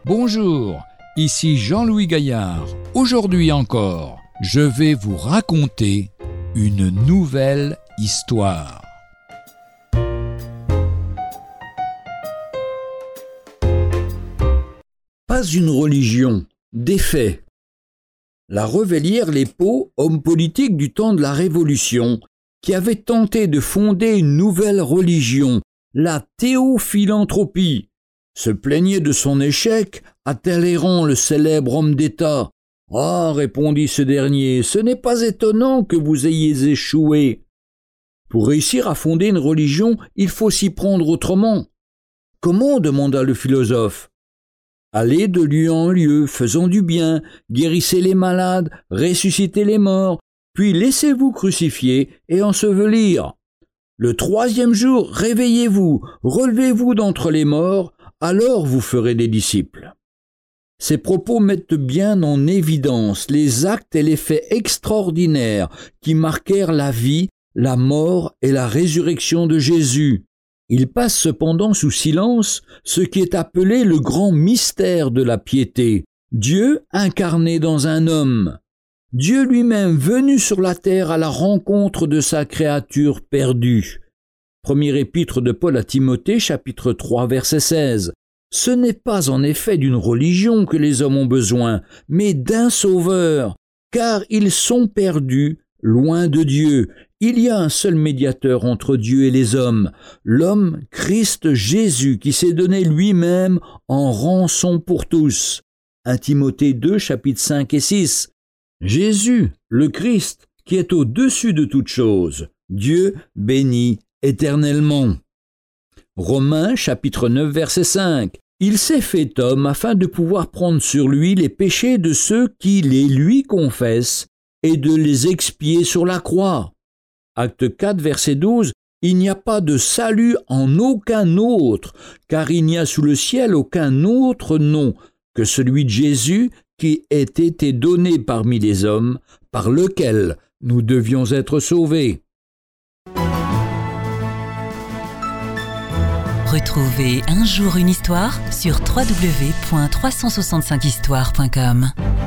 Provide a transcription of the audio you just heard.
Bonjour, ici Jean-Louis Gaillard. Aujourd'hui encore, je vais vous raconter une nouvelle histoire. Pas une religion, des faits. La Revellière Lespeau, homme politique du temps de la Révolution, qui avait tenté de fonder une nouvelle religion, la théophilanthropie, se plaignait de son échec à Talleyrand, le célèbre homme d'État. « Ah, répondit ce dernier, ce n'est pas étonnant que vous ayez échoué. Pour réussir à fonder une religion, il faut s'y prendre autrement. »« Comment ?» demanda le philosophe. « Allez de lieu en lieu, faisant du bien, guérissez les malades, ressuscitez les morts, puis laissez-vous crucifier et ensevelir. Le 3e jour, réveillez-vous, relevez-vous d'entre les morts, alors vous ferez des disciples. » Ces propos mettent bien en évidence les actes et les faits extraordinaires qui marquèrent la vie, la mort et la résurrection de Jésus. Il passe cependant sous silence ce qui est appelé le grand mystère de la piété, Dieu incarné dans un homme. Dieu lui-même venu sur la terre à la rencontre de sa créature perdue. Première épître de Paul à Timothée, chapitre 3, verset 16. Ce n'est pas en effet d'une religion que les hommes ont besoin, mais d'un sauveur, car ils sont perdus, loin de Dieu. Il y a un seul médiateur entre Dieu et les hommes, l'homme Christ Jésus, qui s'est donné lui-même en rançon pour tous. 1 Timothée 2, chapitres 5 et 6. Jésus, le Christ, qui est au-dessus de toute chose, Dieu béni éternellement. Romains, chapitre 9, verset 5. Il s'est fait homme afin de pouvoir prendre sur lui les péchés de ceux qui les lui confessent et de les expier sur la croix. Acte 4, verset 12. Il n'y a pas de salut en aucun autre, car il n'y a sous le ciel aucun autre nom que celui de Jésus qui ait été donné parmi les hommes, par lequel nous devions être sauvés. Retrouvez Un jour une histoire sur www.365histoire.com.